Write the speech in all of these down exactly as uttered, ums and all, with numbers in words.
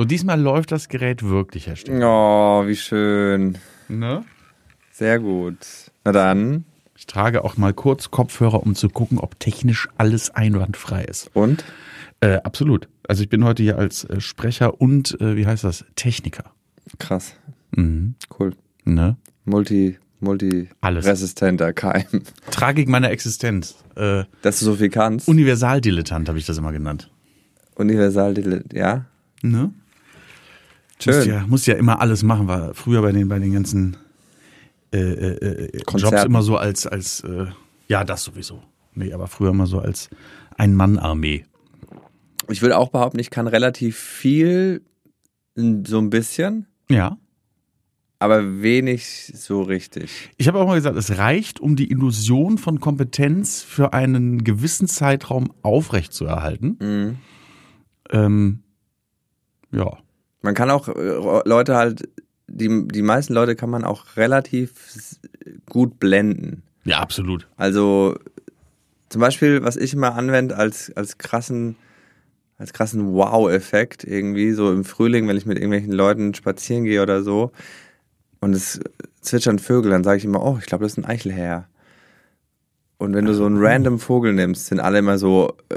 So, diesmal läuft das Gerät wirklich, Herr Stefan. Oh, wie schön. Ne? Sehr gut. Na dann. Ich trage auch mal kurz Kopfhörer, um zu gucken, ob technisch alles einwandfrei ist. Und? Äh, absolut. Also ich bin heute hier als äh, Sprecher und, äh, wie heißt das, Techniker. Krass. Mhm. Cool. Ne? Multi, multi-resistenter K M. Tragik meiner Existenz. Äh, Dass du so viel kannst. Universaldilettant habe ich das immer genannt. Universaldilettant, ja. Ne? Schön. Musst ja, musst ja immer alles machen, war früher bei den, bei den ganzen äh, äh, Jobs immer so als, als äh, ja, das sowieso. Nee, aber früher immer so als Ein-Mann-Armee. Ich würde auch behaupten, ich kann relativ viel, so ein bisschen, Ja. aber wenig so richtig. Ich habe auch mal gesagt, es reicht, um die Illusion von Kompetenz für einen gewissen Zeitraum aufrechtzuerhalten. Mhm. Ähm, ja. Man kann auch äh, Leute halt, die, die meisten Leute kann man auch relativ gut blenden. Ja, absolut. Also zum Beispiel, was ich immer anwende als, als krassen, als krassen Wow-Effekt irgendwie, so im Frühling, wenn ich mit irgendwelchen Leuten spazieren gehe oder so und es zwitschern Vögel, dann sage ich immer, oh, ich glaube, das ist ein Eichelhäher. Und wenn du so einen random Vogel nimmst, sind alle immer so äh,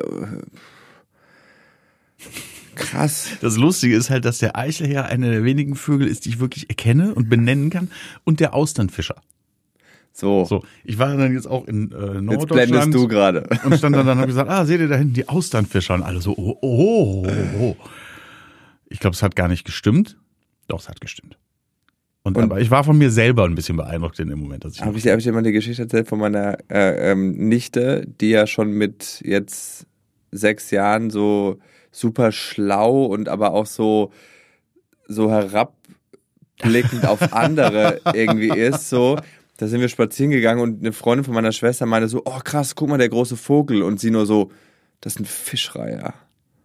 krass. Das Lustige ist halt, dass der Eichelhäher einer der wenigen Vögel ist, die ich wirklich erkenne und benennen kann, und der Austernfischer. So. So, ich war dann jetzt auch in äh, Norddeutschland. Jetzt blendest du gerade. Und stand dann, dann habe ich gesagt, ah, seht ihr da hinten die Austernfischer? Und alle so, oh, oh, oh, oh. Ich glaube, es hat gar nicht gestimmt. Doch, es hat gestimmt. Und, Und aber ich war von mir selber ein bisschen beeindruckt in dem Moment. Dass ich Habe ich, hab ich dir mal die Geschichte erzählt von meiner äh, ähm, Nichte, die ja schon mit jetzt sechs Jahren so super schlau und aber auch so, so herabblickend auf andere irgendwie ist, so. Da sind wir spazieren gegangen und eine Freundin von meiner Schwester meinte so, oh krass, guck mal, der große Vogel. Und sie nur so, das ist ein Fischreiher.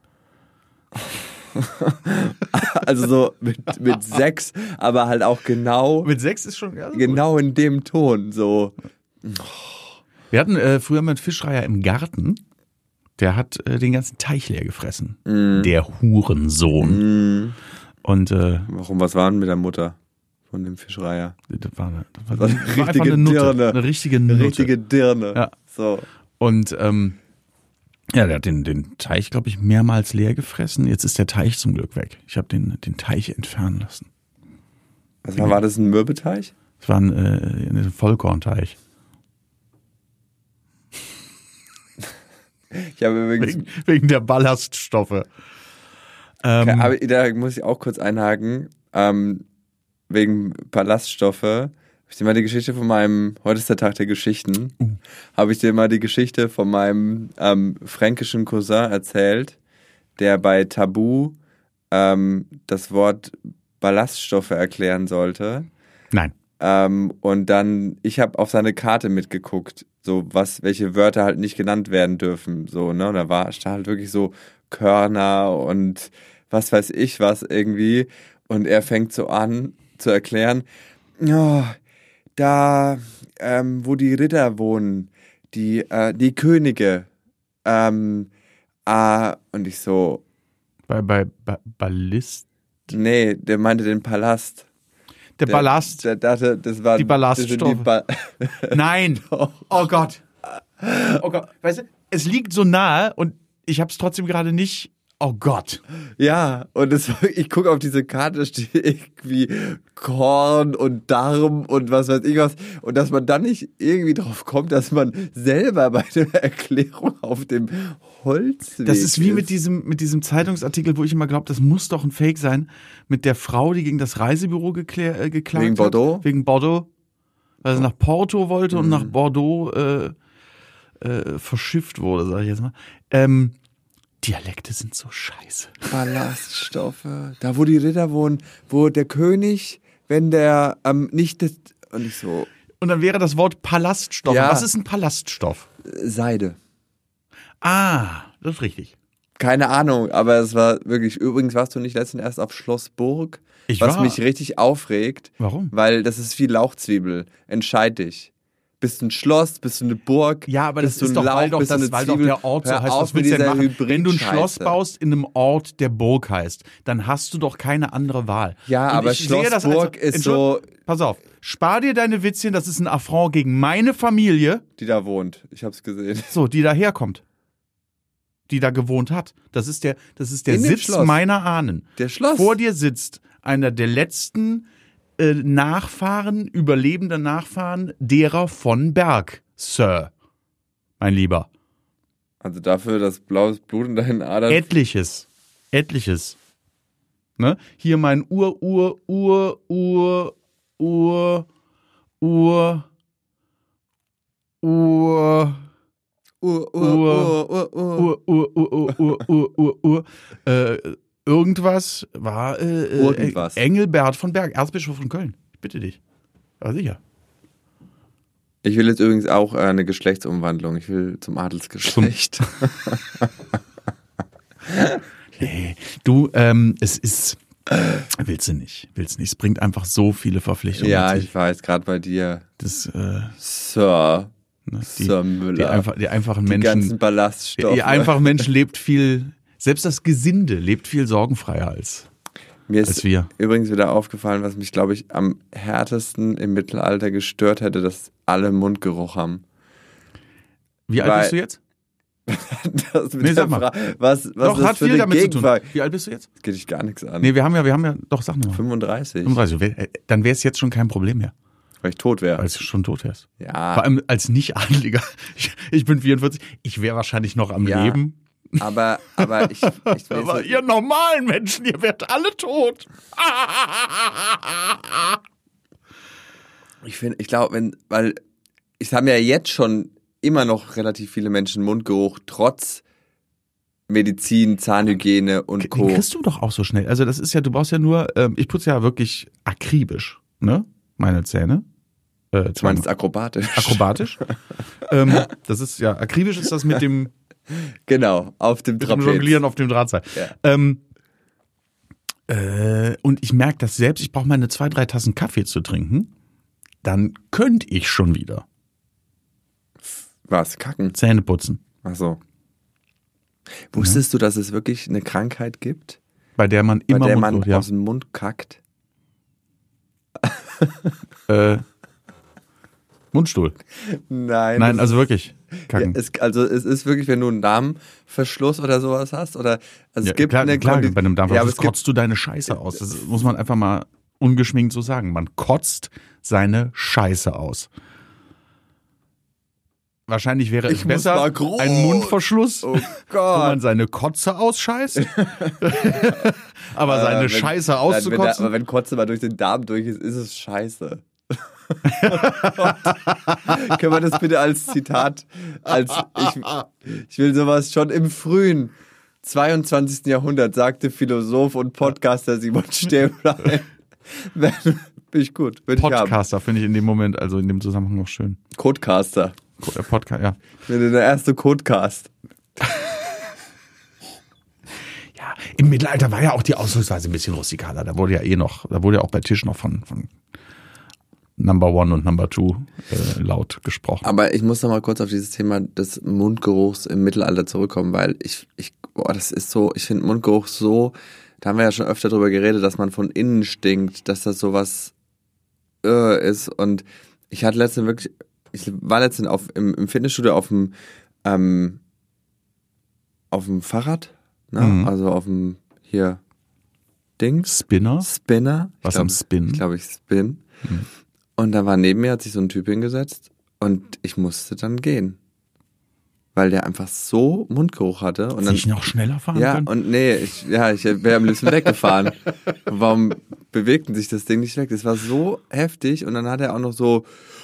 Also so mit, mit sechs, aber halt auch genau, mit sechs ist schon ja, genau in dem Ton, so. Wir hatten äh, früher mal einen Fischreiher im Garten, der hat äh, den ganzen Teich leer gefressen. Mm. Der Hurensohn. Mm. Und äh, Warum, was war denn mit der Mutter von dem Fischreiher? das war, eine, das war, Das war eine das war einfach richtige eine Nutte. Dirne. Eine richtige Eine Nutte. richtige Dirne. Ja. So. Und ähm, ja, der hat den, den Teich, glaube ich, mehrmals leer gefressen. Jetzt ist der Teich zum Glück weg. Ich habe den, den Teich entfernen lassen. Was war, war das, ein Mürbeteich? Das war ein, äh, ein Vollkornteich. Ich habe übrigens... Wegen, wegen der Ballaststoffe. Ähm, Aber da muss ich auch kurz einhaken. Ähm, wegen Ballaststoffe. Habe ich dir mal die Geschichte von meinem, heute ist der Tag der Geschichten, uh. habe ich dir mal die Geschichte von meinem ähm, fränkischen Cousin erzählt, der bei Tabu ähm, das Wort Ballaststoffe erklären sollte. Nein. Ähm, und dann, ich habe auf seine Karte mitgeguckt, so was, welche Wörter halt nicht genannt werden dürfen, so, ne, und da war, stand halt wirklich so Körner und was weiß ich was irgendwie, und er fängt so an zu erklären, oh, da, ähm, wo die Ritter wohnen, die, äh, die Könige, ähm, ah, und ich so, bei, bei, bei Ballist? nee, der meinte den Palast. Der, der Ballast. Der dachte, das war die Ballaststoffe. Die ba- Nein. Doch. Oh Gott. Oh Gott. Weißt du, es liegt so nahe und ich habe es trotzdem gerade nicht. Oh Gott. Ja, und das, ich gucke auf diese Karte, steht irgendwie Korn und Darm und was weiß ich was. Und dass man dann nicht irgendwie drauf kommt, dass man selber bei der Erklärung auf dem Holzweg Das ist wie ist. mit diesem, mit diesem Zeitungsartikel, wo ich immer glaube, das muss doch ein Fake sein, mit der Frau, die gegen das Reisebüro geklär, äh, geklagt Wegen Bordeaux? hat. Wegen Bordeaux? Weil sie nach Porto wollte mhm. und nach Bordeaux äh, äh, verschifft wurde, sag ich jetzt mal. Ähm, Dialekte sind so scheiße. Ballaststoffe. Da, wo die Ritter wohnen, wo der König, wenn der ähm, nicht das. Und ich so. Und dann wäre das Wort Palaststoff. Ja. Was ist ein Palaststoff? Seide. Ah, das ist richtig. Keine Ahnung, aber es war wirklich. Übrigens warst du nicht letztens erst auf Schloss Burg, Ich was war. mich richtig aufregt. Warum? Weil das ist wie Lauchzwiebel. Entscheid dich. Bist du ein Schloss? Bist du eine Burg? Ja, aber das bist du ist ein doch, Lauch, weil, doch, bist du das, eine weil doch Zwiebel? der Ort so Hör heißt. auf Was mit willst du denn dieser machen? Wenn du ein Hybrid-Scheiße. Schloss baust in einem Ort, der Burg heißt, dann hast du doch keine andere Wahl. Ja, Und aber ich sehe das Schlossburg als- ist so, Pass auf, spar dir deine Witzchen, das ist ein Affront gegen meine Familie, die da wohnt. Ich hab's gesehen. so, die daherkommt. Die da gewohnt hat. Das ist der, das ist der In dem Sitz Schloss. meiner Ahnen. Der Schloss. Vor dir sitzt einer der letzten äh, Nachfahren, überlebender Nachfahren derer von Berg, Sir. Mein Lieber. Also dafür, dass blaues Blut in deinen Adern. Etliches. Etliches. Ne? Hier mein Ur, Ur, Ur, Ur, Ur, Ur, Ur, Ur, Ur, Ur, Ur, Ur, Ur. Ur, Ur, Ur, Ur, Ur, Ur, Ur, äh, irgendwas war äh, äh, Irgendwas. Engelbert von Berg, Erzbischof von Köln. Ich bitte dich. Aber sicher. Ich will jetzt übrigens auch äh, eine Geschlechtsumwandlung. Ich will zum Adelsgeschlecht. Nee, du, ähm, es ist, willst du nicht, willst du nicht. Es bringt einfach so viele Verpflichtungen. Ja, mit sich. ich weiß, gerade bei dir. Das, äh, Sir. ne, die, Sir Müller. die, einfach, die einfachen Die Menschen, ganzen Ballaststoffe. die einfachen Mensch lebt viel, selbst das Gesinde lebt viel sorgenfreier als, Mir als ist wir. übrigens wieder aufgefallen, was mich, glaube ich, am härtesten im Mittelalter gestört hätte, dass alle Mundgeruch haben. Wie alt Weil- bist du jetzt? Das mit Nee, der sag mal. Fra- Was, was Doch, das hat für viel eine damit zu tun. Gegenfrage? Wie alt bist du jetzt? Das geht dich gar nichts an. Nee, wir haben ja, wir haben ja, doch, sag nochmal. fünfunddreißig, fünfunddreißig. Wär- äh, Dann wäre es jetzt schon kein Problem mehr, weil ich tot wäre. weil du schon tot wärst. Vor Ja, allem als Nicht-Adeliger. Ich, ich bin vierundvierzig. Ich wäre wahrscheinlich noch am Ja. Leben. aber, aber ich, ich Aber ihr normalen Menschen, ihr werdet alle tot. Ich finde, ich glaube, wenn, weil es haben ja jetzt schon immer noch relativ viele Menschen Mundgeruch, trotz Medizin, Zahnhygiene und Den Co. kriegst du doch auch so schnell. Also das ist ja, du brauchst ja nur, ähm, ich putze ja wirklich akribisch, ne? Meine Zähne. Äh, Ich meine, das ist akrobatisch. akrobatisch. ähm, das ist ja, akribisch ist das mit dem, Genau, auf dem mit dem Trapez. Jonglieren auf dem Drahtseil. Ja. Ähm, äh, und ich merke das selbst, ich brauche meine zwei, drei Tassen Kaffee zu trinken, dann könnte ich schon wieder Was? Kacken? Zähne putzen. Ach so. Wusstest du, dass es wirklich eine Krankheit gibt, Bei der man bei immer der man Mundgeruch, ja. aus dem Mund kackt? Äh, Mundstuhl. Nein. Nein, das also wirklich. ist, Kacken. ja, es, also es ist wirklich, wenn du einen Darmverschluss oder sowas hast, oder also Ja, es gibt klar, eine klar, Kondi- bei einem ja, aber Darmverschluss es gibt, kotzt du deine Scheiße aus. Das muss man einfach mal ungeschminkt so sagen. Man kotzt seine Scheiße aus. Wahrscheinlich wäre es Ich muss besser, mal groß. ein Mundverschluss, oh wo man Gott. seine Kotze ausscheißt. Aber seine Äh, wenn- Scheiße Nein, wenn der, auszukotzen. aber wenn Kotze mal durch den Darm durch ist, ist es scheiße. Können wir das bitte als Zitat, als ich, ich will sowas schon im frühen zweiundzwanzigsten Jahrhundert, sagte Philosoph und Podcaster Simon Stäblein. Bin ich gut, würde ich haben. Podcaster finde ich in dem Moment, also in dem Zusammenhang noch schön. Codecaster. Äh, Podcast, ja. Ich bin der erste Codecast. Ja, im Mittelalter war ja auch die Ausdrucksweise ein bisschen rustikaler. Da wurde ja eh noch, da wurde ja auch bei Tisch noch von, von Number One und Number Two äh, laut gesprochen. Aber ich muss noch mal kurz auf dieses Thema des Mundgeruchs im Mittelalter zurückkommen, weil ich, ich, boah, das ist so, ich finde Mundgeruch so, da haben wir ja schon öfter drüber geredet, dass man von innen stinkt, dass das sowas äh, ist. Und ich hatte letztens wirklich, ich war letztens auf, im, im Fitnessstudio auf dem, ähm, auf dem Fahrrad, ne? Mhm. Also auf dem, hier, Dings, Spinner? Spinner. Was ich am glaub, Spin? Ich glaube, ich Spin. Mhm. Und da war neben mir, hat sich so ein Typ hingesetzt und ich musste dann gehen. Weil der einfach so Mundgeruch hatte. Und Und dann, ich noch schneller fahren ja, können? und nee, ich, ja, ich wäre am liebsten weggefahren. Warum bewegten sich das Ding nicht weg? Das war so heftig und dann hat er auch noch so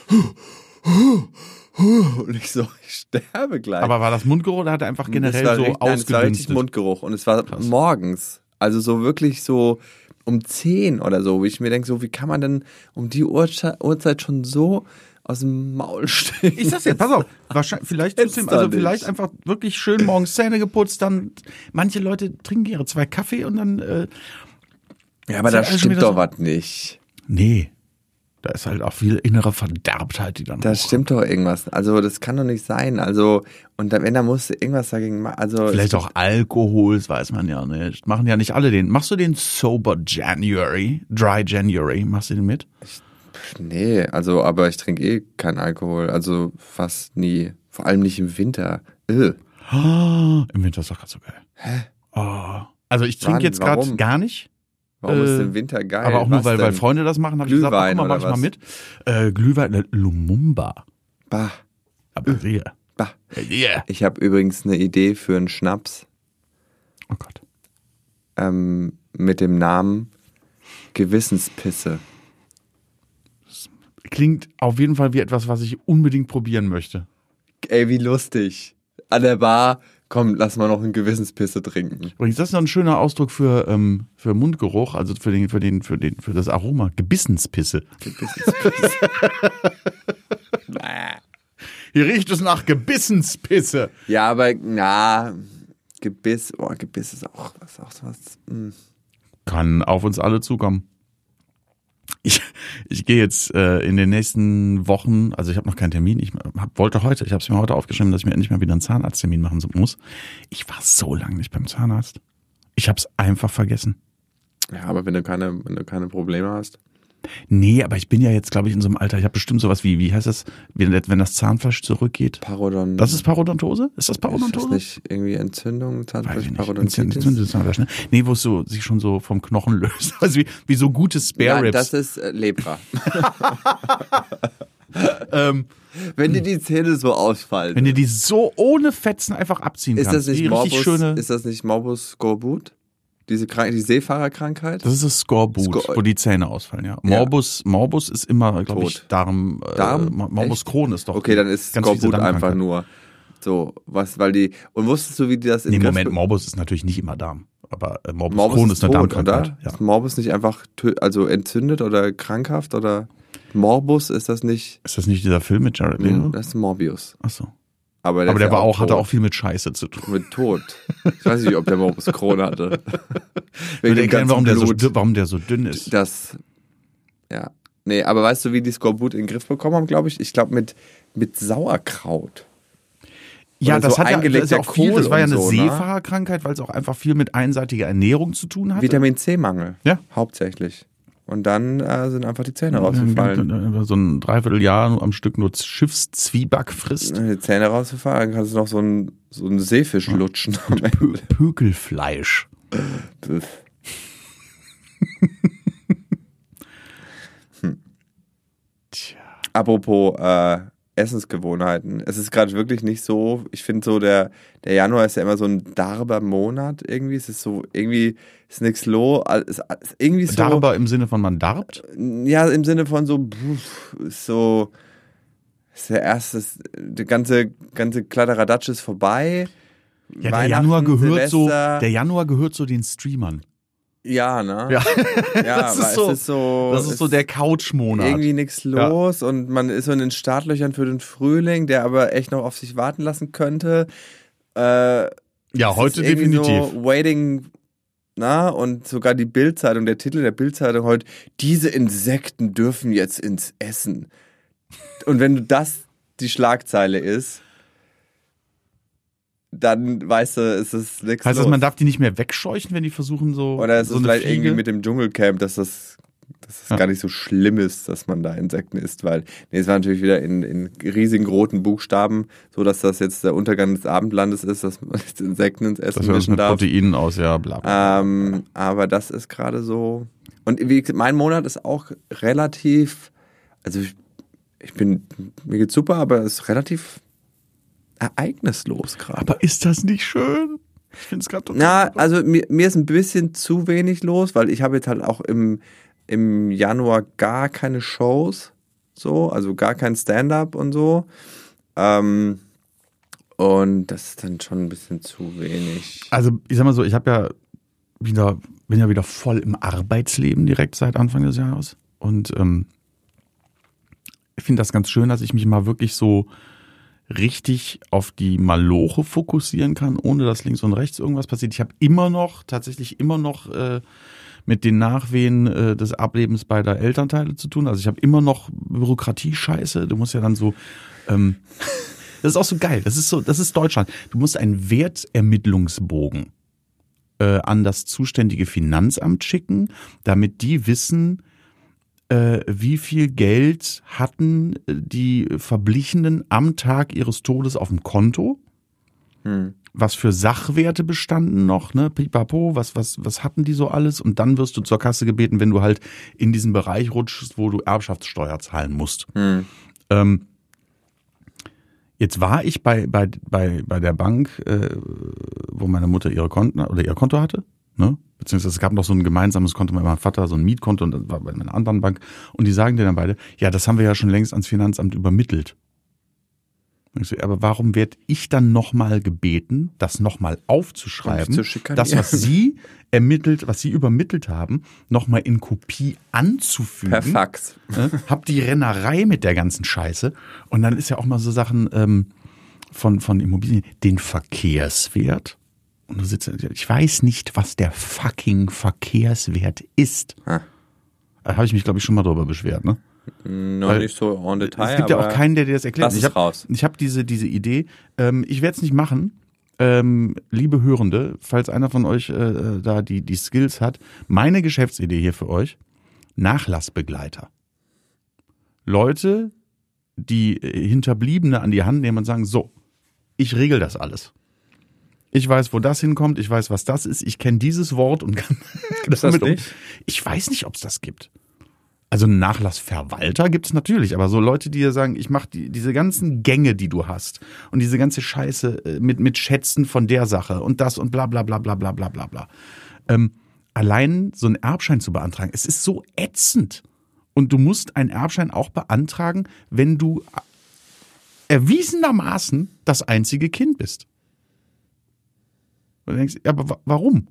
und ich so, ich sterbe gleich. Aber war das Mundgeruch oder hat er einfach generell das war so richtig, nein, es war richtig ausgedünstet? Mundgeruch und es war Krass. morgens. Also so wirklich so um zehn oder so, wo ich mir denke, so wie kann man denn um die Uhrzeit, Uhrzeit schon so aus dem Maul stechen? Ich sag's dir, pass auf, wahrscheinlich, vielleicht, Jetzt tut's ihm, doch also nicht. vielleicht einfach wirklich schön morgens Zähne geputzt, dann, manche Leute trinken ihre zwei Kaffee und dann, äh, Ja, aber Ist da ja alles schon stimmt wieder doch so. was nicht. nee, Da ist halt auch viel innere Verderbtheit, die dann Da hoch- stimmt doch irgendwas. Also das kann doch nicht sein. Also und dann, wenn da musst du irgendwas dagegen machen. Also Vielleicht auch Alkohol, das weiß man ja nicht. Machen ja nicht alle den. Machst du den Sober January, Dry January? Machst du den mit? Nee, also aber ich trinke eh keinen Alkohol. Also fast nie. Vor allem nicht im Winter. Ugh. Oh, im Winter ist doch gerade so geil. Hä? Oh. Also ich Wann? trinke jetzt gerade Warum? gar nicht. Warum ist Äh, im Winter geil? Aber auch nur, Was weil, weil denn? Freunde das machen, habe ich gesagt, ach, Glühwein guck mal, mach oder ich mal was? mit. Äh, Glühwein, äh, Lumumba. Bah, Aber sehr. bah. Yeah. Ich habe übrigens eine Idee für einen Schnaps Oh Gott. ähm, mit dem Namen Gewissenspisse. Klingt auf jeden Fall wie etwas, was ich unbedingt probieren möchte. Ey, wie lustig. An der Bar, komm, lass mal noch einen Gewissenspisse trinken. Übrigens, das ist noch ein schöner Ausdruck für, ähm, für Mundgeruch, also für den, für den, für den, für das Aroma. Gebissenspisse. Gewissenspisse. Hier riecht es nach Gebissenspisse. Ja, aber, na, Gebiss, oh, Gebiss ist auch was, auch was. mm. Kann auf uns alle zukommen. Ich, ich gehe jetzt äh, in den nächsten Wochen, also ich habe noch keinen Termin, ich hab, wollte heute, ich habe es mir heute aufgeschrieben, dass ich mir endlich mal wieder einen Zahnarzttermin machen muss. Ich war so lange nicht beim Zahnarzt. Ich habe es einfach vergessen. Ja, aber wenn du keine, wenn du keine Probleme hast. Nee, aber ich bin ja jetzt, glaube ich, in so einem Alter, ich habe bestimmt sowas wie, wie heißt das, wenn, wenn das Zahnfleisch zurückgeht? Parodon. Das ist Parodontose? Ist das Ist das Parodontose? nicht irgendwie Entzündung, Weiß ich Zahnfleisch, nicht. Parodontitis? Entzündetes Zahnfleisch, ne? Nee, wo es so, sich schon so vom Knochen löst. Also wie, wie so gute Spare Nein, Ribs. das ist äh, Lepra. ähm, Wenn dir die Zähne so ausfallen. wenn du die so ohne Fetzen einfach abziehen ist kannst. das nicht die richtig Morbus, schöne, ist das nicht Morbus Skorbut? Diese Krank die Seefahrerkrankheit? das ist das Skorbut, Skor- wo die Zähne ausfallen, ja. Morbus, Morbus ist immer, glaube ich, Tot. Darm, äh, Darm? Morbus Echt? Crohn ist doch. Okay, dann ist ganz fiese Skorbut einfach Darmkrankheit. nur so, was, weil die, und wusstest du, wie die das in Nee, den Griff Moment, be- Morbus ist natürlich nicht immer Darm. Aber äh, Morbus, Morbus Crohn ist ist eine tot, Darmkrankheit. oder? Ja. Ist Morbus nicht einfach tö- also entzündet oder krankhaft oder Morbus ist das nicht? Ist das nicht dieser Film mit Jared Leto? Das ist Morbius. Achso. Aber der, Aber ist der ja war auch, hatte tot. auch viel mit Scheiße zu tun. Mit Tod. Ich weiß nicht, ob der Morbus Crohn hatte. Ich würde dem erklären, ganzen warum der, so, Blut. dünn- warum der so dünn ist. Das, ja. Nee, aber weißt du, wie die Skorbut in den Griff bekommen haben, glaube ich? Ich glaube mit, mit Sauerkraut. Ja, Oder das so hat ja, das ist ja eingelegter auch viel, das Kohl war ja und eine so, ne? Seefahrerkrankheit, weil es auch einfach viel mit einseitiger Ernährung zu tun hat. Vitamin C-Mangel. Ja. Hauptsächlich. Und dann äh, sind einfach die Zähne Ja, rausgefallen. so ein Dreivierteljahr am Stück nur Schiffszwieback frisst. Wenn die Zähne rausgefallen, dann kannst du noch so einen so einen Seefisch lutschen. Pö Pökelfleisch. Püff. hm. Tja. Apropos äh, Essensgewohnheiten. Es ist gerade wirklich nicht so, ich finde so, der, der Januar ist ja immer so ein darber Monat irgendwie. Es ist so, irgendwie ist nichts los. Ist, ist irgendwie so. Darber im Sinne von man darbt? Ja, im Sinne von so, pff, ist so, ist der erste, der ganze, ganze Kladderadatsch ist vorbei. Ja, der Weihnachten, Januar gehört so, Silvester. der Januar gehört so den Streamern. Ja, ne? Ja, ja das aber ist so, es ist so, das ist so der Couchmonat. irgendwie nichts los und man ist so in den Startlöchern für den Frühling, der aber echt noch auf sich warten lassen könnte. Äh, Ja, heute ist irgendwie definitiv. So waiting, na, und sogar die Bildzeitung, der Titel der Bildzeitung heute, diese Insekten dürfen jetzt ins Essen. Und wenn das die Schlagzeile ist, dann weißt du, es ist nichts Heißt los. das, man darf die nicht mehr wegscheuchen, wenn die versuchen so. Oder es so ist eine vielleicht Fliege? irgendwie mit dem Dschungelcamp, dass das, dass das Ja. gar nicht so schlimm ist, dass man da Insekten isst, weil, nee, es war natürlich wieder in, in riesigen roten Buchstaben, so dass das jetzt der Untergang des Abendlandes ist, dass man jetzt Insekten ins Essen dass wir uns mischen mit darf. Proteinen aus, ja, bla bla. Ähm, aber das ist gerade so. Und wie, mein Monat ist auch relativ, also ich, ich bin, mir geht's super, aber es ist relativ ereignislos gerade. Aber ist das nicht schön? Ich finde es gerade total. Na, super. also mir, mir ist ein bisschen zu wenig los, weil ich habe jetzt halt auch im, im Januar gar keine Shows, so, also gar kein Stand-up und so. Ähm, und das ist dann schon ein bisschen zu wenig. Also, ich sag mal so, ich habe ja wieder, bin ja wieder voll im Arbeitsleben direkt seit Anfang des Jahres. Und ähm, ich finde das ganz schön, dass ich mich mal wirklich so richtig auf die Maloche fokussieren kann, ohne dass links und rechts irgendwas passiert. Ich habe immer noch, tatsächlich immer noch äh, mit den Nachwehen äh, des Ablebens beider Elternteile zu tun. Also ich habe immer noch Bürokratie-Scheiße. Du musst ja dann so, ähm, das ist auch so geil. Das ist so, das ist Deutschland. Du musst einen Wertermittlungsbogen äh, an das zuständige Finanzamt schicken, damit die wissen, Äh, wie viel Geld hatten die Verblichenen am Tag ihres Todes auf dem Konto? Hm. Was für Sachwerte bestanden noch, ne? Pipapo, was, was, was hatten die so alles? Und dann wirst du zur Kasse gebeten, wenn du halt in diesen Bereich rutschst, wo du Erbschaftssteuer zahlen musst. Hm. Ähm, jetzt war ich bei, bei, bei, bei der Bank, äh, wo meine Mutter ihre Konten oder ihr Konto hatte, ne? Beziehungsweise es gab noch so ein gemeinsames Konto mit meinem Vater, so ein Mietkonto, und das war bei einer anderen Bank. Und die sagen dir dann beide, ja, das haben wir ja schon längst ans Finanzamt übermittelt. Und ich so, aber warum werde ich dann nochmal gebeten, das nochmal aufzuschreiben, das, was Sie ermittelt, was Sie übermittelt haben, nochmal in Kopie anzufügen? Per Fax. Ne? Hab die Rennerei mit der ganzen Scheiße. Und dann ist ja auch mal so Sachen ähm, von, von Immobilien, den Verkehrswert. Und du sitzt, ich weiß nicht, was der fucking Verkehrswert ist. Hm. Da habe ich mich, glaube ich, schon mal drüber beschwert, ne? Noch Weil nicht so en Detail. Es gibt ja auch keinen, der dir das erklärt. Lass ich es raus. Ich habe diese, diese Idee. Ähm, ich werde es nicht machen. Ähm, liebe Hörende, falls einer von euch äh, da die, die Skills hat, meine Geschäftsidee hier für euch, Nachlassbegleiter. Leute, die Hinterbliebene an die Hand nehmen und sagen, so, ich regel das alles. Ich weiß, wo das hinkommt, ich weiß, was das ist, ich kenne dieses Wort und kann das damit um. Ich weiß nicht, ob es das gibt. Also einen Nachlassverwalter gibt es natürlich, aber so Leute, die dir sagen, ich mache die, diese ganzen Gänge, die du hast und diese ganze Scheiße mit, mit Schätzen von der Sache und das und bla bla bla bla bla bla bla bla. Ähm, allein so einen Erbschein zu beantragen, es ist so ätzend. Und du musst einen Erbschein auch beantragen, wenn du erwiesenermaßen das einzige Kind bist. Und du denkst, ja, aber warum?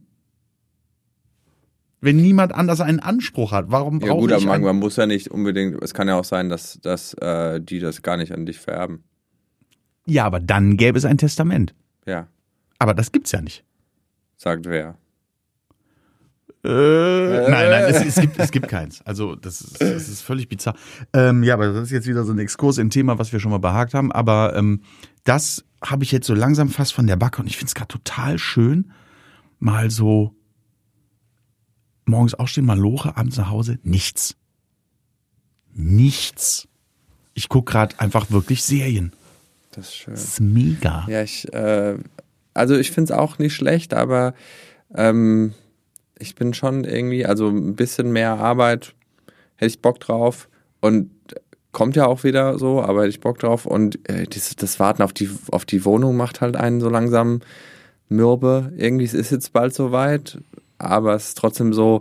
Wenn niemand anders einen Anspruch hat, warum brauche ja, gut, ich aber einen? Man muss ja nicht unbedingt, es kann ja auch sein, dass, dass äh, die das gar nicht an dich vererben. Ja, aber dann gäbe es ein Testament. Ja. Aber das gibt's ja nicht. Sagt wer? Äh, äh. Nein, nein, es, es, gibt, es gibt keins. Also das ist, das ist völlig bizarr. Ähm, ja, aber das ist jetzt wieder so ein Exkurs in ein Thema, was wir schon mal behagt haben. Aber ähm, das habe ich jetzt so langsam fast von der Backe und ich finde es gerade total schön, mal so morgens aufstehen, mal Loche, abends nach Hause, nichts. Nichts. Ich gucke gerade einfach wirklich Serien. Das ist schön. Das ist mega. Ja, ich, äh, also ich finde es auch nicht schlecht, aber ähm, ich bin schon irgendwie, also ein bisschen mehr Arbeit hätte ich Bock drauf und kommt ja auch wieder so, aber hätte ich Bock drauf und äh, das, das Warten auf die, auf die Wohnung macht halt einen so langsam mürbe. Irgendwie, es ist jetzt bald soweit, aber es ist trotzdem so.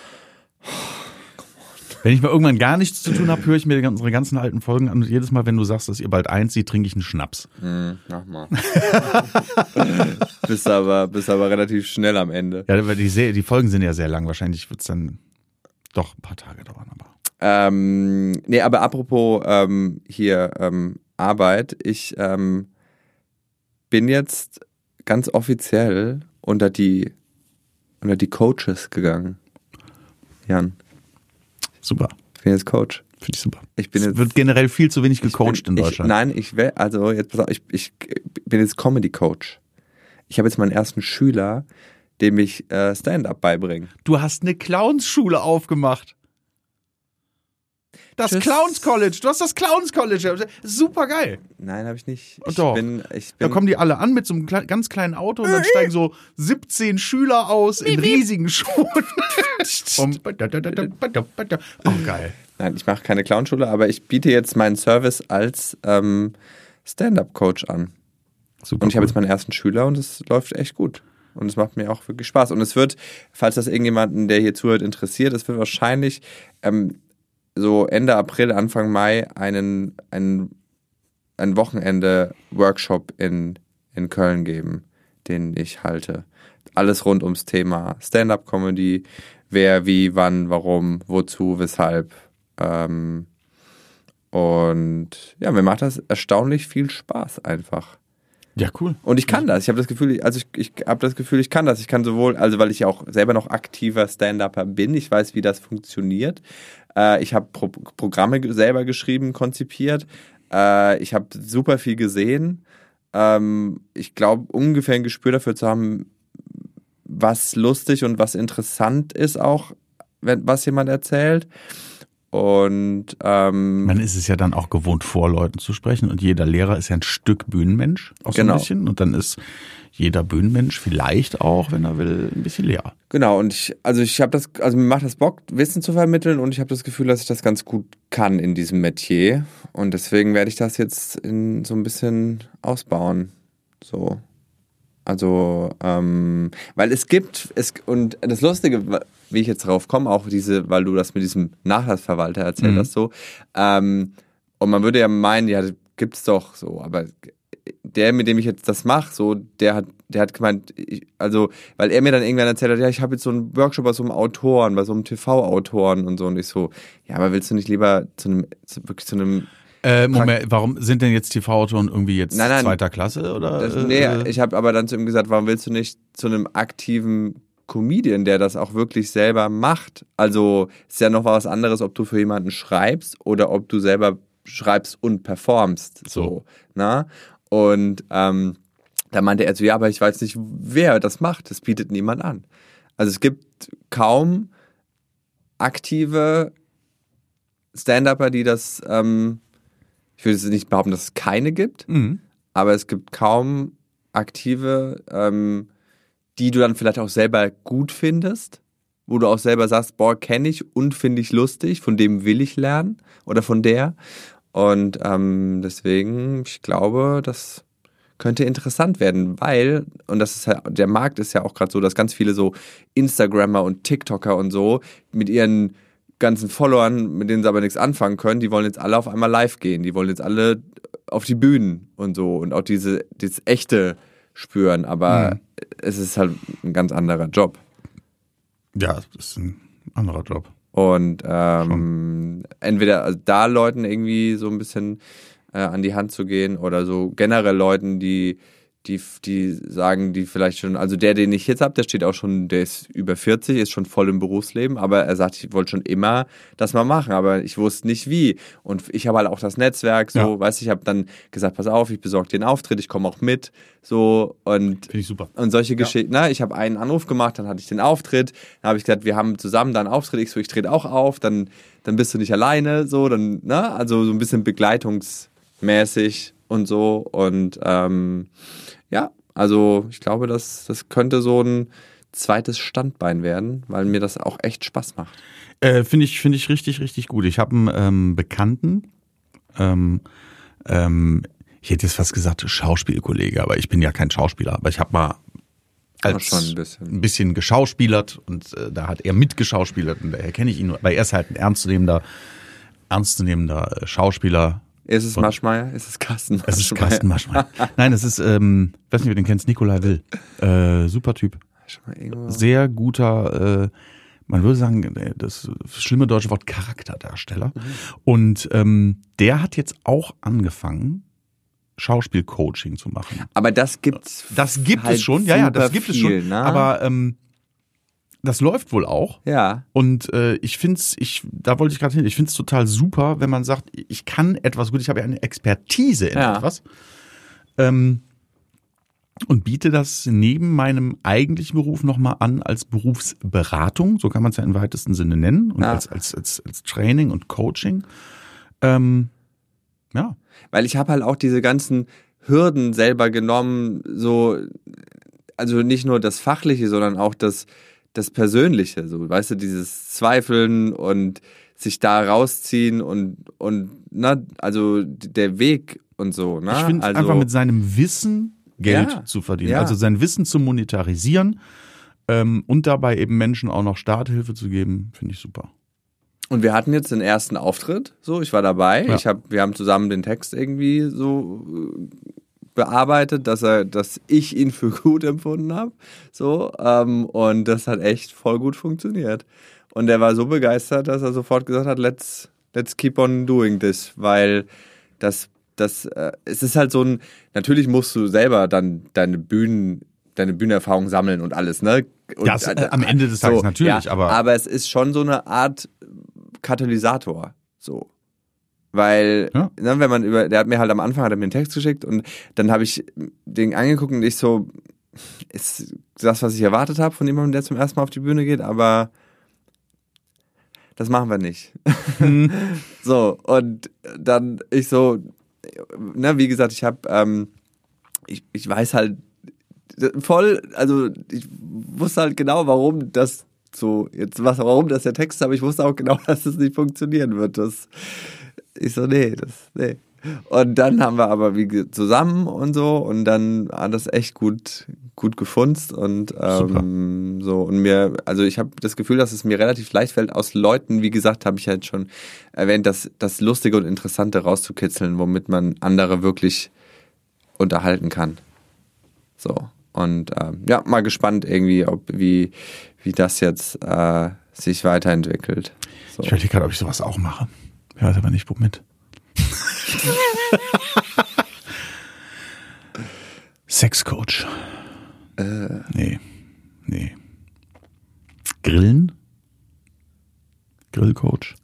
Wenn ich mal irgendwann gar nichts zu tun habe, höre ich mir unsere ganzen alten Folgen an und jedes Mal, wenn du sagst, dass ihr bald einzieht, trinke ich einen Schnaps. Hm, mach mal. bist, aber, bist aber relativ schnell am Ende. Ja, weil die, Serie, die Folgen sind ja sehr lang. Wahrscheinlich wird es dann doch ein paar Tage dauern. Aber ähm, nee, aber apropos ähm, hier ähm, Arbeit. Ich ähm, bin jetzt ganz offiziell unter die, unter die Coaches gegangen. Jan. Super. Ich bin jetzt Coach. Finde ich super. Ich bin es jetzt, wird generell viel zu wenig gecoacht bin, in Deutschland. Ich, nein, ich will, also jetzt pass auf, ich, ich bin jetzt Comedy Coach. Ich habe jetzt meinen ersten Schüler, dem ich äh, Stand-up beibringe. Du hast eine Clownsschule aufgemacht. Das Tschüss. Clowns College. Du hast das Clowns College. Super geil. Nein, habe ich nicht. Ich Doch. bin, ich bin Da kommen die alle an mit so einem kle- ganz kleinen Auto und dann steigen so siebzehn Schüler aus in riesigen Schuhen. um, oh, geil. Nein, ich mache keine Clownschule, aber ich biete jetzt meinen Service als ähm, Stand-up-Coach an. Super und ich habe cool. jetzt meinen ersten Schüler und es läuft echt gut. Und es macht mir auch wirklich Spaß. Und es wird, falls das irgendjemanden, der hier zuhört, interessiert, es wird wahrscheinlich ähm, so Ende April, Anfang Mai einen, einen, einen Wochenende-Workshop in, in Köln geben, den ich halte. Alles rund ums Thema Stand-up-Comedy, wer, wie, wann, warum, wozu, weshalb. Ähm, Und ja, mir macht das erstaunlich viel Spaß einfach. Ja, cool. Und ich kann das. Ich habe das Gefühl, also ich, ich habe das Gefühl, ich kann das. Ich kann sowohl, also weil ich auch selber noch aktiver Stand-Upper bin, ich weiß, wie das funktioniert. Äh, ich habe Pro- Programme selber geschrieben, konzipiert. Äh, ich habe super viel gesehen. Ähm, ich glaube, ungefähr ein Gespür dafür zu haben, was lustig und was interessant ist auch, wenn, was jemand erzählt. Und ähm, man ist es ja dann auch gewohnt, vor Leuten zu sprechen und jeder Lehrer ist ja ein Stück Bühnenmensch, auch so genau. ein bisschen. Und dann ist jeder Bühnenmensch vielleicht auch, wenn er will, ein bisschen leer. Genau, und ich, also ich habe das, also mir macht das Bock, Wissen zu vermitteln und ich habe das Gefühl, dass ich das ganz gut kann in diesem Metier. Und deswegen werde ich das jetzt in so ein bisschen ausbauen. So. Also, ähm, weil es gibt, es, und das Lustige, wie ich jetzt drauf komme, auch diese, weil du das mit diesem Nachlassverwalter erzählt Mhm. hast, so, ähm, und man würde ja meinen, ja, gibt's doch so, aber der, mit dem ich jetzt das mache, so, der hat, der hat gemeint, ich, also, weil er mir dann irgendwann erzählt hat, ja, ich habe jetzt so einen Workshop bei so einem Autoren, bei so einem T V-Autoren und so, und ich so, ja, aber willst du nicht lieber zu einem, zu, wirklich zu einem Äh, Moment, warum sind denn jetzt T V-Autoren irgendwie jetzt Nein, nein. zweiter Klasse? Oder? Das, äh, nee, äh, ich habe aber dann zu ihm gesagt, warum willst du nicht zu einem aktiven Comedian, der das auch wirklich selber macht? Also ist ja noch was anderes, ob du für jemanden schreibst oder ob du selber schreibst und performst. So, So. Na? Und ähm, da meinte er so, ja, aber ich weiß nicht, wer das macht. Das bietet niemand an. Also es gibt kaum aktive Stand-Upper, die das, ähm, ich würde jetzt nicht behaupten, dass es keine gibt, mhm. aber es gibt kaum aktive, ähm, die du dann vielleicht auch selber gut findest, wo du auch selber sagst, boah, kenne ich und finde ich lustig, von dem will ich lernen oder von der. Und ähm, deswegen, ich glaube, das könnte interessant werden, weil, und das ist ja, der Markt ist ja auch gerade so, dass ganz viele so Instagrammer und TikToker und so mit ihren ganzen Followern, mit denen sie aber nichts anfangen können, die wollen jetzt alle auf einmal live gehen, die wollen jetzt alle auf die Bühnen und so und auch diese, dieses echte spüren, aber Mhm. es ist halt ein ganz anderer Job. Ja, das ist ein anderer Job. Und ähm, entweder also da Leuten irgendwie so ein bisschen äh, an die Hand zu gehen oder so generell Leuten, die die die sagen, die vielleicht schon, also der, den ich jetzt habe, der steht auch schon, der ist über vierzig, ist schon voll im Berufsleben, aber er sagt, ich wollte schon immer das mal machen, aber ich wusste nicht wie. Und ich habe halt auch das Netzwerk, so, Ja. weißt du, ich habe dann gesagt, pass auf, ich besorge dir einen Auftritt, ich komme auch mit, so und Finde ich super. und solche Geschichten, na, ich habe einen Anruf gemacht, dann hatte ich den Auftritt, dann habe ich gesagt, wir haben zusammen da einen Auftritt, ich so, ich trete auch auf, dann, dann bist du nicht alleine, so, dann, ne, also so ein bisschen begleitungsmäßig und so und ähm, ja, also ich glaube, das, das könnte so ein zweites Standbein werden, weil mir das auch echt Spaß macht. Äh, Finde ich, finde ich richtig, richtig gut. Ich habe einen ähm, Bekannten, ähm, ähm, ich hätte jetzt fast gesagt Schauspielkollege, aber ich bin ja kein Schauspieler, aber ich habe mal als Ach, schon ein bisschen. ein bisschen geschauspielert und äh, da hat er mitgeschauspielert und daher kenne ich ihn nur, weil er ist halt ein ernstzunehmender, ernstzunehmender äh, Schauspieler. Ist es Und- Maschmeyer? Ist es Carsten Maschmeyer? Es ist Carsten Maschmeyer. Nein, es ist, ähm, ich weiß nicht, wie du den kennst, Nikolai Will. Äh, super Typ. Schon mal irgendwo- Sehr guter, äh, man würde sagen, äh, das schlimme deutsche Wort Charakterdarsteller. Mhm. Und ähm, der hat jetzt auch angefangen, Schauspielcoaching zu machen. Aber das gibt's. Das gibt halt es schon, ja, ja, das super gibt es viel, schon. ne? Aber ähm, das läuft wohl auch. ja. Und äh, ich find's, ich, da wollte ich gerade hin, ich find's total super, wenn man sagt, ich kann etwas gut, ich habe ja eine Expertise in Ja. etwas. Ähm, und biete das neben meinem eigentlichen Beruf nochmal an als Berufsberatung, so kann man es ja im weitesten Sinne nennen, und Ja. als, als, als, als Training und Coaching. Ähm, ja. Weil ich habe halt auch diese ganzen Hürden selber genommen, so, also nicht nur das Fachliche, sondern auch das, das Persönliche, so, weißt du, dieses Zweifeln und sich da rausziehen und, und, ne, also der Weg und so, ne? Ich finde also, einfach mit seinem Wissen Geld Ja, zu verdienen. ja. Also sein Wissen zu monetarisieren ähm, und dabei eben Menschen auch noch Starthilfe zu geben, finde ich super. Und wir hatten jetzt den ersten Auftritt, so, ich war dabei, Ja. ich hab, wir haben zusammen den Text irgendwie so äh, bearbeitet, dass er, dass ich ihn für gut empfunden habe, so, ähm, und das hat echt voll gut funktioniert. Und er war so begeistert, dass er sofort gesagt hat, let's, let's keep on doing this, weil das, das, äh, es ist halt so ein, natürlich musst du selber dann deine Bühnen, deine Bühnenerfahrung sammeln und alles, ne? Und, ja, äh, am Ende des Tages so, natürlich, ja, aber... Aber es ist schon so eine Art Katalysator, so. Weil, ja. ne, wenn man über, der hat mir halt am Anfang hat er mir einen Text geschickt und dann habe ich den angeguckt und ich so, ist das, was ich erwartet habe von jemandem, der zum ersten Mal auf die Bühne geht, aber das machen wir nicht. Mhm. So, und dann ich so, ne, wie gesagt, ich habe, ähm, ich, ich weiß halt voll, also ich wusste halt genau, warum das so, jetzt was, warum das der Text ist, aber ich wusste auch genau, dass das nicht funktionieren wird. Das, ich so, nee, das, nee. Und dann haben wir aber wie gesagt, zusammen und so und dann hat das echt gut gut gefunzt und ähm, so und mir, also ich habe das Gefühl, dass es mir relativ leicht fällt, aus Leuten, wie gesagt, habe ich halt schon erwähnt, dass das Lustige und Interessante rauszukitzeln, womit man andere wirklich unterhalten kann. So und ähm, ja, mal gespannt irgendwie, ob wie wie das jetzt äh, sich weiterentwickelt. So. Ich überlege gerade, ob ich sowas auch mache. Ich weiß aber nicht, womit. Sexcoach. Äh. Nee. Nee. Grillen? Grillcoach?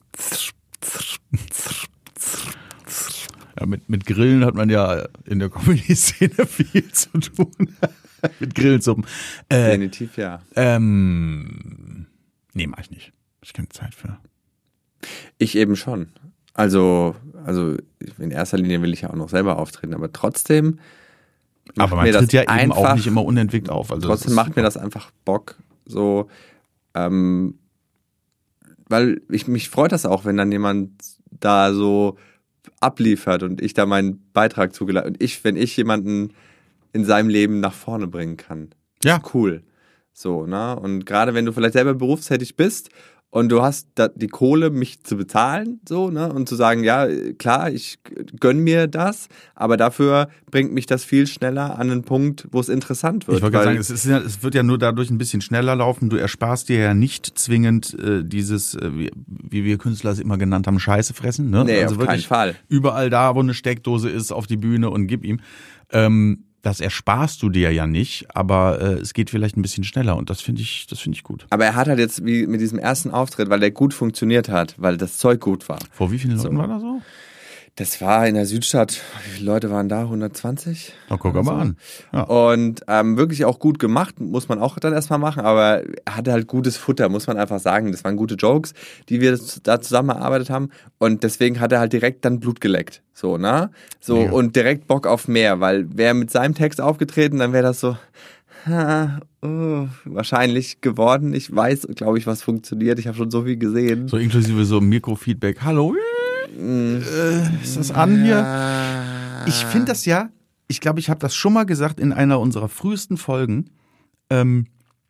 Ja, mit, mit Grillen hat man ja in der Comedy-Szene viel zu tun. Mit Grillsuppen. Äh, Definitiv, ja. Ähm, nee, mach ich nicht. Hab ich keine Zeit für. Ich eben schon. Also, also in erster Linie will ich ja auch noch selber auftreten, aber trotzdem. Aber man tritt ja eben auch nicht immer unentwegt auf. Also trotzdem macht mir das einfach Bock, so, ähm, weil ich, mich freut das auch, wenn dann jemand da so abliefert und ich da meinen Beitrag zugelassen und ich, wenn ich jemanden in seinem Leben nach vorne bringen kann. Ja. Cool. So, ne? Und gerade wenn du vielleicht selber berufstätig bist und du hast da die Kohle, mich zu bezahlen, so, ne, und zu sagen, ja, klar, ich gönn mir das, aber dafür bringt mich das viel schneller an einen Punkt, wo es interessant wird. Ich wollte sagen, es, ist ja, es wird ja nur dadurch ein bisschen schneller laufen. Du ersparst dir ja nicht zwingend äh, dieses, äh, wie, wie wir Künstler es immer genannt haben, Scheiße fressen. Ne? Nee, also auf wirklich keinen Fall. Überall da, wo eine Steckdose ist, auf die Bühne und gib ihm. Ähm, Das ersparst du dir ja nicht, aber äh, es geht vielleicht ein bisschen schneller und das finde ich, das finde ich gut. Aber er hat halt jetzt wie mit diesem ersten Auftritt, weil der gut funktioniert hat, weil das Zeug gut war. Vor wie vielen Leuten so. war das so? Das war in der Südstadt, wie viele Leute waren da? hundertzwanzig? Na, guck mal so. an. Ja. Und ähm, wirklich auch gut gemacht, muss man auch dann erstmal machen, aber er hatte halt gutes Futter, muss man einfach sagen. Das waren gute Jokes, die wir da zusammen erarbeitet haben und deswegen hat er halt direkt dann Blut geleckt. So, ne? So, ja. Und direkt Bock auf mehr, weil wäre mit seinem Text aufgetreten, dann wäre das so ha, oh, wahrscheinlich geworden. Ich weiß, glaube ich, was funktioniert. Ich habe schon so viel gesehen. So inklusive so Mikrofeedback. Hallo? Äh, ist das an hier? Ich finde das ja, ich glaube, ich habe das schon mal gesagt in einer unserer frühesten Folgen. Ähm,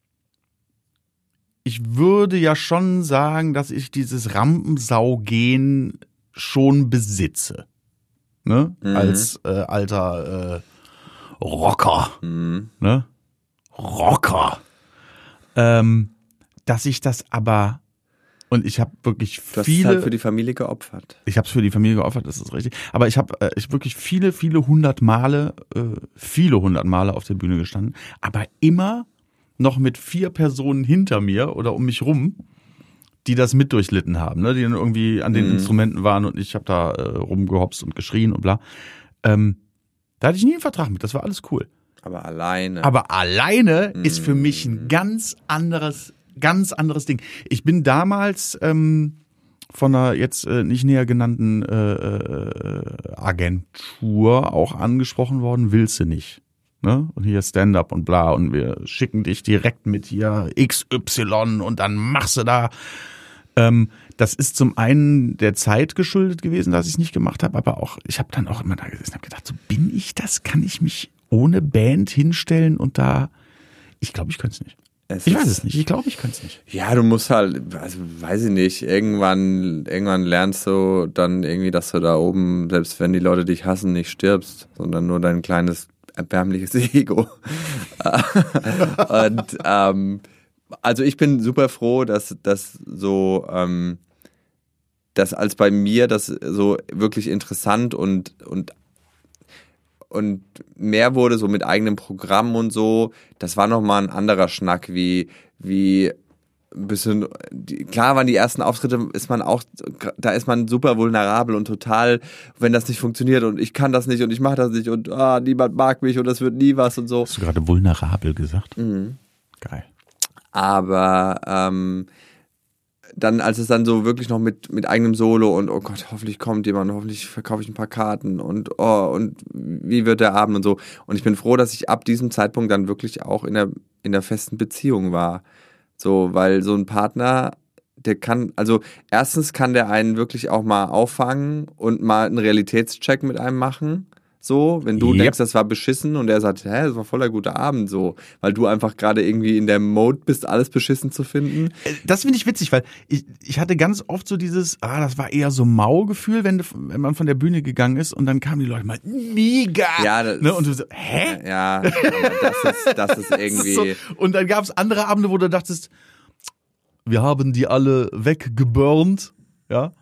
ich würde ja schon sagen, dass ich dieses Rampensau-Gen schon besitze. Ne? Mhm. Als äh, alter äh, Rocker. Mhm. Ne? Rocker. Ähm, dass ich das aber und ich habe wirklich viele. Du hast es halt für die Familie geopfert. Ich habe es für die Familie geopfert, das ist richtig. Aber ich habe äh, ich wirklich viele, viele hundert Male, äh, viele hundert Male auf der Bühne gestanden, aber immer noch mit vier Personen hinter mir oder um mich rum, die das mit durchlitten haben, ne? Die dann irgendwie an den mhm. Instrumenten waren und ich habe da äh, rumgehopst und geschrien und bla. Ähm, da hatte ich nie einen Vertrag mit, das war alles cool. Aber alleine. Aber alleine mhm. ist für mich ein ganz anderes Ganz anderes Ding. Ich bin damals ähm, von einer jetzt äh, nicht näher genannten äh, äh, Agentur auch angesprochen worden, willst du nicht. Ne? Und hier Stand-up und bla und wir schicken dich direkt mit hier X Y und dann machst du da. Ähm, das ist zum einen der Zeit geschuldet gewesen, dass ich es nicht gemacht habe, aber auch, ich habe dann auch immer da gesessen und habe gedacht, so bin ich das? Kann ich mich ohne Band hinstellen und da, ich glaube, ich könnte es nicht. Es ich weiß es nicht. Ich glaube, ich könnte es nicht. Ja, du musst halt, also weiß ich nicht, irgendwann, irgendwann lernst du dann irgendwie, dass du da oben, selbst wenn die Leute dich hassen, nicht stirbst, sondern nur dein kleines, erbärmliches Ego. Und ähm, also ich bin super froh, dass das so, ähm, das als bei mir das so wirklich interessant und, und, und mehr wurde, so mit eigenem Programm und so, das war nochmal ein anderer Schnack, wie, wie ein bisschen, die, klar waren die ersten Auftritte, ist man auch, da ist man super vulnerabel und total, wenn das nicht funktioniert und ich kann das nicht und ich mache das nicht und ah, niemand mag mich und das wird nie was und so. Hast du gerade vulnerabel gesagt? Mhm. Geil. Aber ähm, dann, als es dann so wirklich noch mit, mit eigenem Solo und oh Gott, hoffentlich kommt jemand, hoffentlich verkaufe ich ein paar Karten und oh, und wie wird der Abend und so. Und ich bin froh, dass ich ab diesem Zeitpunkt dann wirklich auch in der, in der festen Beziehung war. So, weil so ein Partner, der kann, also erstens kann der einen wirklich auch mal auffangen und mal einen Realitätscheck mit einem machen. So, wenn du Yep. denkst, das war beschissen und er sagt, hä, das war voller guter Abend, so, weil du einfach gerade irgendwie in der Mode bist, alles beschissen zu finden. Das finde ich witzig, weil ich, ich hatte ganz oft so dieses, ah, das war eher so Mau-Gefühl, wenn, wenn man von der Bühne gegangen ist und dann kamen die Leute mal, mega! Ja, das ne? Und du so, hä? Ja, aber das ist, das ist irgendwie. Das ist so, und dann gab es andere Abende, wo du dachtest, wir haben die alle weggeburnt, ja,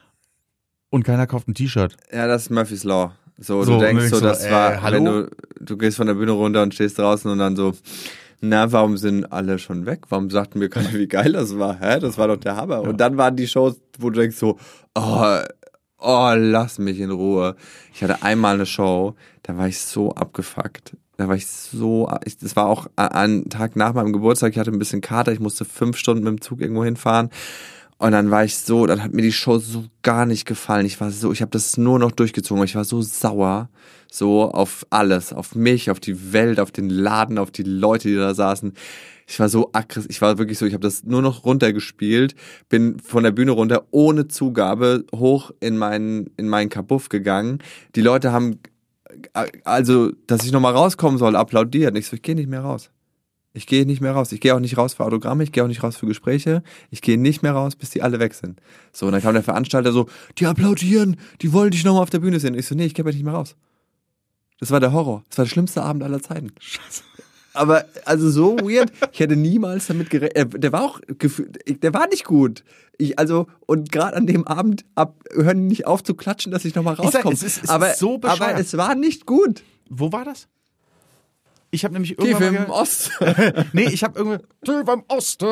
und keiner kauft ein T-Shirt. Ja, das ist Murphy's Law. So, So, du denkst und so, denkst das so, äh, war, hallo? wenn du, du gehst von der Bühne runter und stehst draußen und dann so, na, warum sind alle schon weg? Warum sagten mir keiner, wie geil das war? Hä, das war doch der Hammer. Ja. Und dann waren die Shows, wo du denkst so, oh, oh, lass mich in Ruhe. Ich hatte einmal eine Show, da war ich so abgefuckt. Da war ich so, ich, das war auch ein Tag nach meinem Geburtstag, ich hatte ein bisschen Kater, ich musste fünf Stunden mit dem Zug irgendwo hinfahren. Und dann war ich so, dann hat mir die Show so gar nicht gefallen. Ich war so, ich habe das nur noch durchgezogen. Ich war so sauer, so auf alles, auf mich, auf die Welt, auf den Laden, auf die Leute, die da saßen. Ich war so aggressiv, ich war wirklich so, ich habe das nur noch runtergespielt, bin von der Bühne runter ohne Zugabe hoch in meinen in meinen Kabuff gegangen. Die Leute haben, also, dass ich nochmal rauskommen soll, applaudiert. Und ich so, ich gehe nicht mehr raus. Ich gehe nicht mehr raus. Ich gehe auch nicht raus für Autogramme, ich gehe auch nicht raus für Gespräche. Ich gehe nicht mehr raus, bis die alle weg sind. So, und dann kam der Veranstalter so, die applaudieren, die wollen dich nochmal auf der Bühne sehen. Und ich so, nee, ich gehe nicht mehr raus. Das war der Horror. Das war der schlimmste Abend aller Zeiten. Scheiße. Aber, also so weird. Ich hätte niemals damit gerechnet. Der war auch, der war nicht gut. Ich, also, und gerade an dem Abend ab, hören die nicht auf zu klatschen, dass ich nochmal rauskomme. Es ist, es aber, ist so bescheuert. aber es war nicht gut. Wo war das? Ich habe nämlich Tief irgendwann im Osten. nee, ich habe irgendwie Tief im Osten.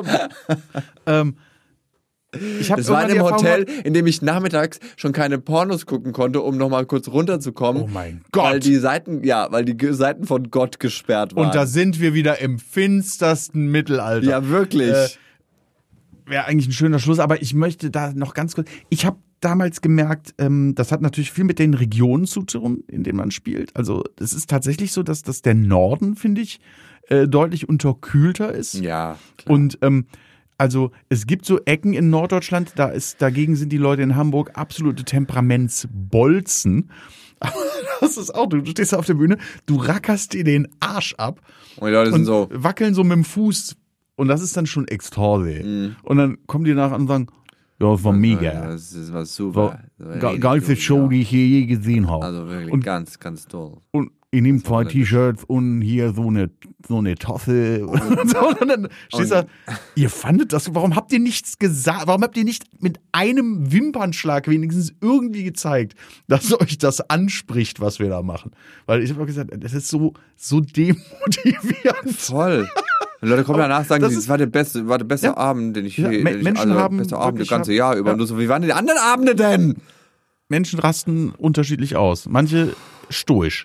ähm, ich habe Das war in einem Hotel, gehabt, in dem ich nachmittags schon keine Pornos gucken konnte, um nochmal kurz runterzukommen. Oh mein Gott. Weil die Seiten, ja, weil die Seiten von Gott gesperrt waren. und da sind wir wieder im finstersten Mittelalter. ja, wirklich. Äh, Wäre eigentlich ein schöner Schluss, aber ich möchte da noch ganz kurz. Ich habe damals gemerkt, ähm, das hat natürlich viel mit den Regionen zu tun, in denen man spielt. Also es ist tatsächlich so, dass, dass der Norden, finde ich, äh, deutlich unterkühlter ist. Ja, klar. Und ähm, also es gibt so Ecken in Norddeutschland, da ist, dagegen sind die Leute in Hamburg absolute Temperamentsbolzen. Aber das ist auch, du stehst da auf der Bühne, du rackerst dir den Arsch ab und die Leute und sind so, wackeln so mit dem Fuß. Und das ist dann schon Ekstase. Mhm. Und dann kommen die nachher und sagen, ja, das war mega. das, das war super. War ge- geilste Show, die ich hier je gesehen habe. Also wirklich und, ganz, ganz toll. und ich nehme zwei wirklich- T-Shirts und hier so eine, so eine Tasse. Und, so, und dann stehst du da, ihr fandet das, warum habt ihr nichts gesagt? Warum habt ihr nicht mit einem Wimpernschlag wenigstens irgendwie gezeigt, dass euch das anspricht, was wir da machen? Weil ich habe auch gesagt, das ist so, so demotivierend. Voll. Und Leute kommen danach und sagen, das das ist- war der beste, war der beste Ja. Abend, den ich Ja, je, Me- den ich, Menschen also, haben beste Abend das wirklich ganze haben- Jahr über. ja. Und du so, wie waren die anderen Abende denn? Menschen rasten unterschiedlich aus. Manche stoisch.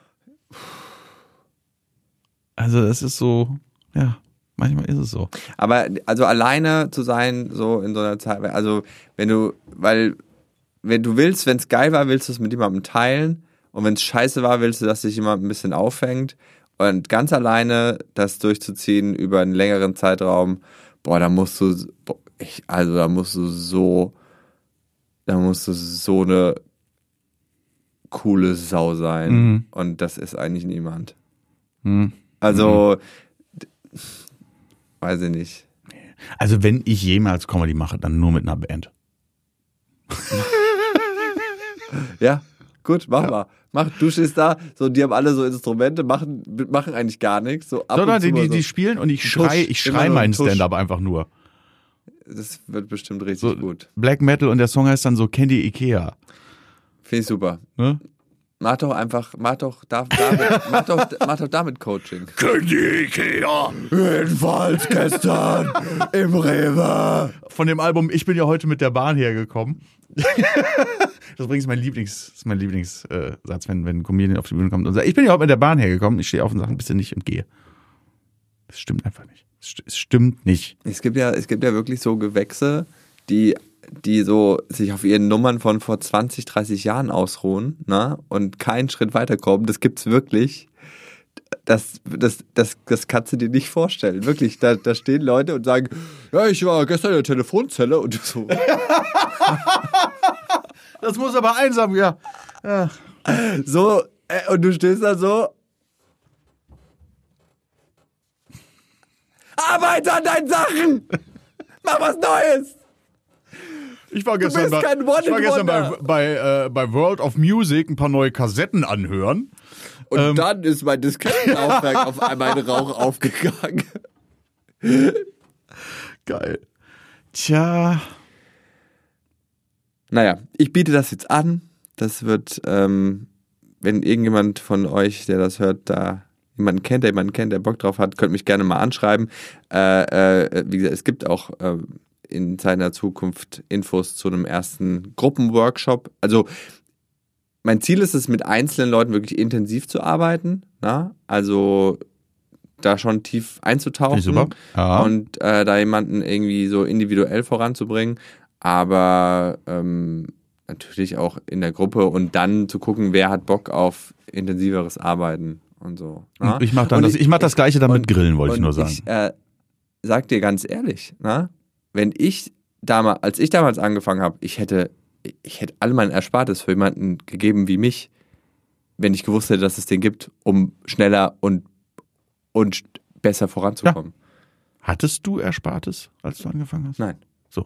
Also das ist so, ja, manchmal ist es so. Aber also alleine zu sein, so in so einer Zeit, also wenn du, weil wenn du willst, wenn es geil war, willst du es mit jemandem teilen und wenn es scheiße war, willst du, dass sich jemand ein bisschen auffängt und ganz alleine das durchzuziehen über einen längeren Zeitraum, boah, da musst du, boah, ich, also da musst du so, da musst du so eine coole Sau sein Mhm. und das ist eigentlich niemand. Hm. Also, d- weiß ich nicht. Also wenn ich jemals Comedy mache, dann nur mit einer Band. Ja, gut, mach mal. Mach, du stehst da, so, die haben alle so Instrumente, machen, machen eigentlich gar nichts. So ab Sondern und zu die, mal die, so. die spielen und ich Tusch, schrei, ich immer schrei nur meinen Tusch. Stand-up einfach nur. das wird bestimmt richtig So gut. Black Metal und der Song heißt dann so Candy Ikea. Finde ich super. Ne? Mach doch einfach, mach doch, da, damit, mach doch, mach doch damit Coaching. Candy Ikea. Jedenfalls gestern im Rewe. Von dem Album Ich bin ja heute mit der Bahn hergekommen. Das ist übrigens mein Lieblings, ist mein Lieblingssatz, äh, wenn, wenn ein Comedian auf die Bühne kommt und sagt, ich bin ja heute mit der Bahn hergekommen, ich stehe auf und sage, bitte nicht und gehe. Das stimmt einfach nicht. Es stimmt nicht. Es gibt ja, es gibt ja wirklich so Gewächse, die, die so sich auf ihren Nummern von vor zwanzig, dreißig Jahren ausruhen, ne? Und keinen Schritt weiterkommen. Das gibt's wirklich. Das, das, das, das kannst du dir nicht vorstellen. Wirklich, da, da stehen Leute und sagen, ja, ich war gestern in der Telefonzelle und so. Das muss aber einsam, ja. ja. So, äh, und du stehst da so. Arbeite an deinen Sachen! Mach was Neues! Ich war gestern, bei, kein ich war gestern bei, bei, äh, bei World of Music ein paar neue Kassetten anhören. Und ähm, dann ist mein Diskettenlaufwerk auf einmal in Rauch aufgegangen. Geil. Tja. Naja, ich biete das jetzt an. Das wird, ähm, wenn irgendjemand von euch, der das hört, da jemanden kennt, der jemanden kennt, der Bock drauf hat, könnt mich gerne mal anschreiben. Äh, äh, wie gesagt, es gibt auch äh, in seiner Zukunft Infos zu einem ersten Gruppenworkshop. Also mein Ziel ist es, mit einzelnen Leuten wirklich intensiv zu arbeiten. Na? Also da schon tief einzutauchen super. Ja. und äh, da jemanden irgendwie so individuell voranzubringen. Aber ähm, natürlich auch in der Gruppe und dann zu gucken, wer hat Bock auf intensiveres Arbeiten und so. Na? Ich mache das, ich mach das Gleiche dann mit Grillen, wollte ich nur sagen. Ich äh, sag dir ganz ehrlich, na? Wenn ich damals, als ich damals angefangen habe, ich hätte, ich hätte all mein Erspartes für jemanden gegeben wie mich, wenn ich gewusst hätte, dass es den gibt, um schneller und, und besser voranzukommen. Ja. Hattest du Erspartes, als du angefangen hast? Nein. So.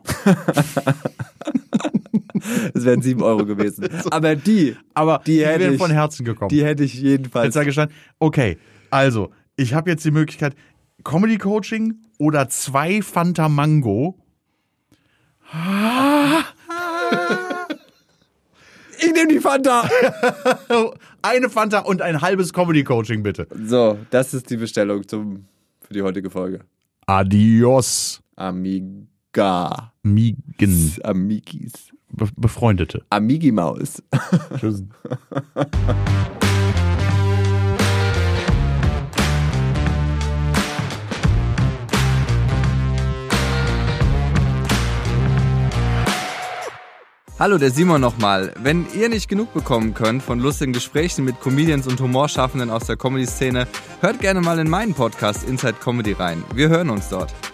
Es wären sieben Euro gewesen. Aber die, aber die, die hätte wären ich, von Herzen gekommen. Die hätte ich jedenfalls. Jetzt da gestanden, okay, also, ich habe jetzt die Möglichkeit, Comedy-Coaching oder zwei Fanta Mango. Ich nehme die Fanta. Eine Fanta und ein halbes Comedy-Coaching, bitte. So, das ist die Bestellung zum, für die heutige Folge. Adios. Amiga. Migen. Amigis. Be- Befreundete. Amigi-Maus. Tschüss. Hallo, der Simon nochmal. Wenn ihr nicht genug bekommen könnt von lustigen Gesprächen mit Comedians und Humorschaffenden aus der Comedy-Szene, hört gerne mal in meinen Podcast Inside Comedy rein. Wir hören uns dort.